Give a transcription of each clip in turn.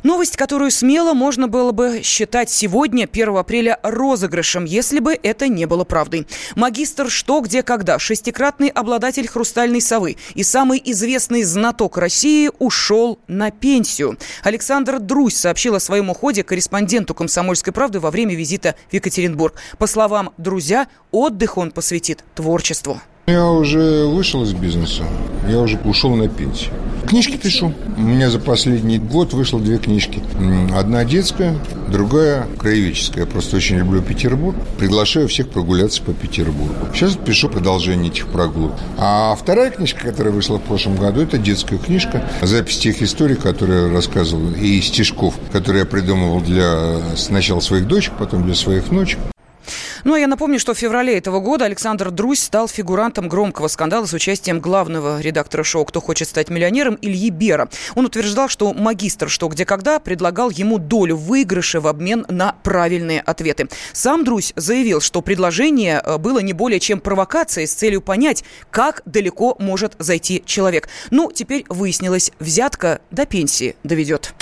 Новость, которую смело можно было бы считать сегодня, 1 апреля, розыгрышем, если бы это не было правдой. Магистр «Что, где, когда», шестикратный обладатель «Хрустальной совы» и самый известный знаток России ушел на пенсию. Александр Друзь сообщил о своем уходе корреспонденту «Комсомольской правды» во время визита в Екатеринбург. По словам Друзя, отдых он посвятит творчеству. Я уже вышел из бизнеса, я уже ушел на пенсию. Книжки пишу. У меня за последний год вышло 2 книжки. Одна детская, другая краеведческая. Я просто очень люблю Петербург. Приглашаю всех прогуляться по Петербургу. Сейчас пишу продолжение этих прогулок. А вторая книжка, которая вышла в прошлом году, это детская книжка. Запись тех историй, которые я рассказывал, и стишков, которые я придумывал для сначала своих дочек, потом для своих внучек. Ну, а я напомню, что в феврале этого года Александр Друзь стал фигурантом громкого скандала с участием главного редактора шоу «Кто хочет стать миллионером» Ильи Бера. Он утверждал, что магистр «Что, где, когда» предлагал ему долю выигрыша в обмен на правильные ответы. Сам Друзь заявил, что предложение было не более чем провокацией с целью понять, как далеко может зайти человек. Ну, теперь выяснилось, взятка до пенсии доведет.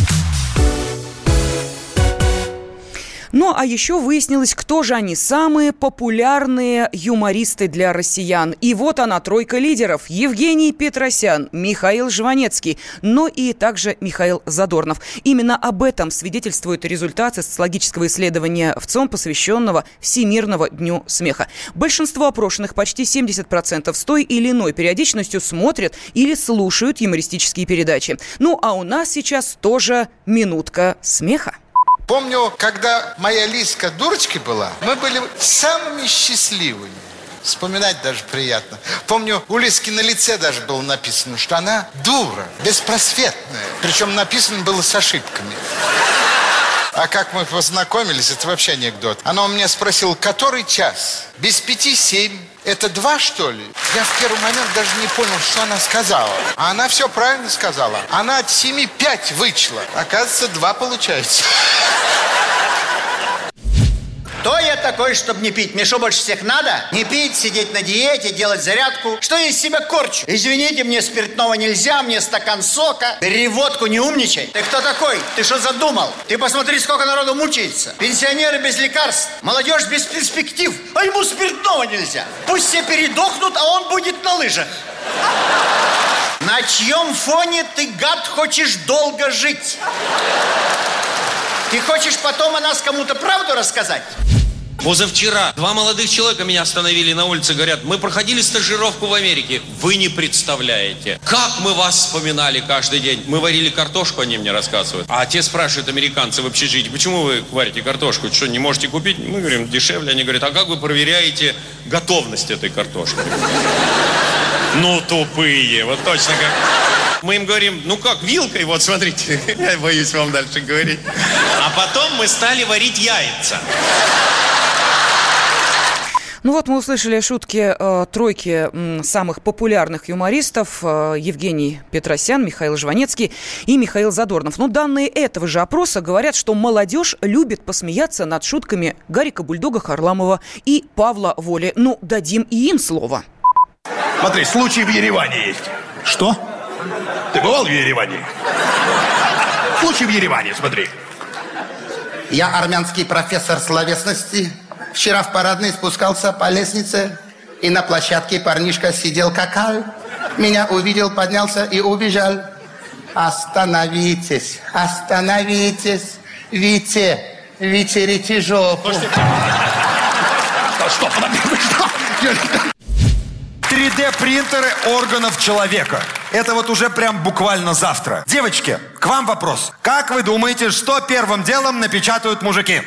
Ну, а еще выяснилось, кто же они, самые популярные юмористы для россиян. И вот она, тройка лидеров. Евгений Петросян, Михаил Жванецкий, но и также Михаил Задорнов. Именно об этом свидетельствуют результаты социологического исследования ВЦИОМ, посвященного Всемирному дню смеха. Большинство опрошенных, почти 70%, с той или иной периодичностью смотрят или слушают юмористические передачи. Ну, а у нас сейчас тоже минутка смеха. Помню, когда моя Лизка дурочкой была, мы были самыми счастливыми. Вспоминать даже приятно. Помню, у Лизки на лице даже было написано, что она дура, беспросветная. Причем написано было с ошибками. А как мы познакомились, это вообще анекдот. Она у меня спросила, который час? Без 5-7. Это 2, что ли? Я в первый момент даже не понял, что она сказала. А она все правильно сказала. Она от 7 5 вычла. Оказывается, 2 получается. Кто я такой, чтобы не пить? Мне что, больше всех надо? Не пить, сидеть на диете, делать зарядку? Что я из себя корчу? Извините, мне спиртного нельзя, мне стакан сока. Бери водку, не умничай. Ты кто такой? Ты что задумал? Ты посмотри, сколько народу мучается. Пенсионеры без лекарств, молодежь без перспектив. А ему спиртного нельзя. Пусть все передохнут, а он будет на лыжах. На чьем фоне ты, гад, хочешь долго жить? Ты хочешь потом о нас кому-то правду рассказать? Позавчера 2 молодых человека меня остановили на улице, говорят, мы проходили стажировку в Америке. Вы не представляете, как мы вас вспоминали каждый день. Мы варили картошку, они мне рассказывают. А те спрашивают, американцы в общежитии, почему вы варите картошку? Что, не можете купить? Мы говорим, дешевле. Они говорят, а как вы проверяете готовность этой картошки? Ну, тупые, вот точно как... Мы им говорим, ну как, вилкой, вот смотрите. Я боюсь вам дальше говорить. А потом мы стали варить яйца. Ну вот мы услышали шутки тройки самых популярных юмористов. Евгений Петросян, Михаил Жванецкий и Михаил Задорнов. Но данные этого же опроса говорят, что молодежь любит посмеяться над шутками Гарика Бульдога Харламова и Павла Воли. Ну, дадим и им слово. Смотри, случай в Ереване есть. Что? Ты бывал в Ереване? Случай в Ереване, смотри. Я армянский профессор словесности. Вчера в парадной спускался по лестнице, и на площадке парнишка сидел какал. Меня увидел, поднялся и убежал. Остановитесь, остановитесь. Витерите жопу. Что? 3D-принтеры органов человека. Это вот уже прям буквально завтра. Девочки, к вам вопрос. Как вы думаете, что первым делом напечатают мужики?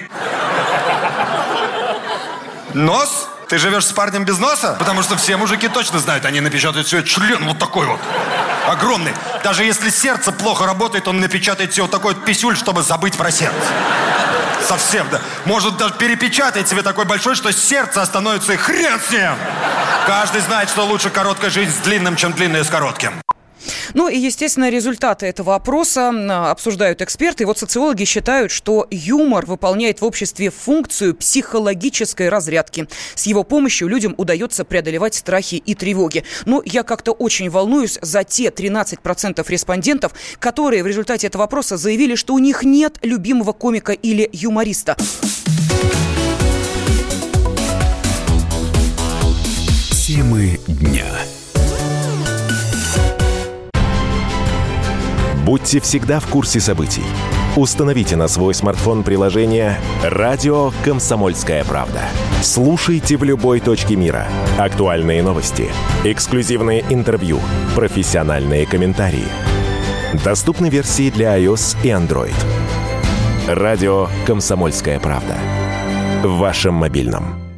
Нос? Ты живешь с парнем без носа? Потому что все мужики точно знают, они напечатают себе член вот такой вот. Огромный. Даже если сердце плохо работает, он напечатает себе вот такой вот писюль, чтобы забыть про сердце. Совсем, да. Может даже перепечатать себе такой большой, что сердце остановится, и хрен с ним. Каждый знает, что лучше короткая жизнь с длинным, чем длинная с коротким. Ну и, естественно, результаты этого опроса обсуждают эксперты. И вот социологи считают, что юмор выполняет в обществе функцию психологической разрядки. С его помощью людям удается преодолевать страхи и тревоги. Но я как-то очень волнуюсь за те 13% респондентов, которые в результате этого опроса заявили, что у них нет любимого комика или юмориста. Темы дня. Будьте всегда в курсе событий. Установите на свой смартфон приложение «Радио Комсомольская правда». Слушайте в любой точке мира. Актуальные новости, эксклюзивные интервью, профессиональные комментарии. Доступны версии для iOS и Android. «Радио Комсомольская правда». В вашем мобильном.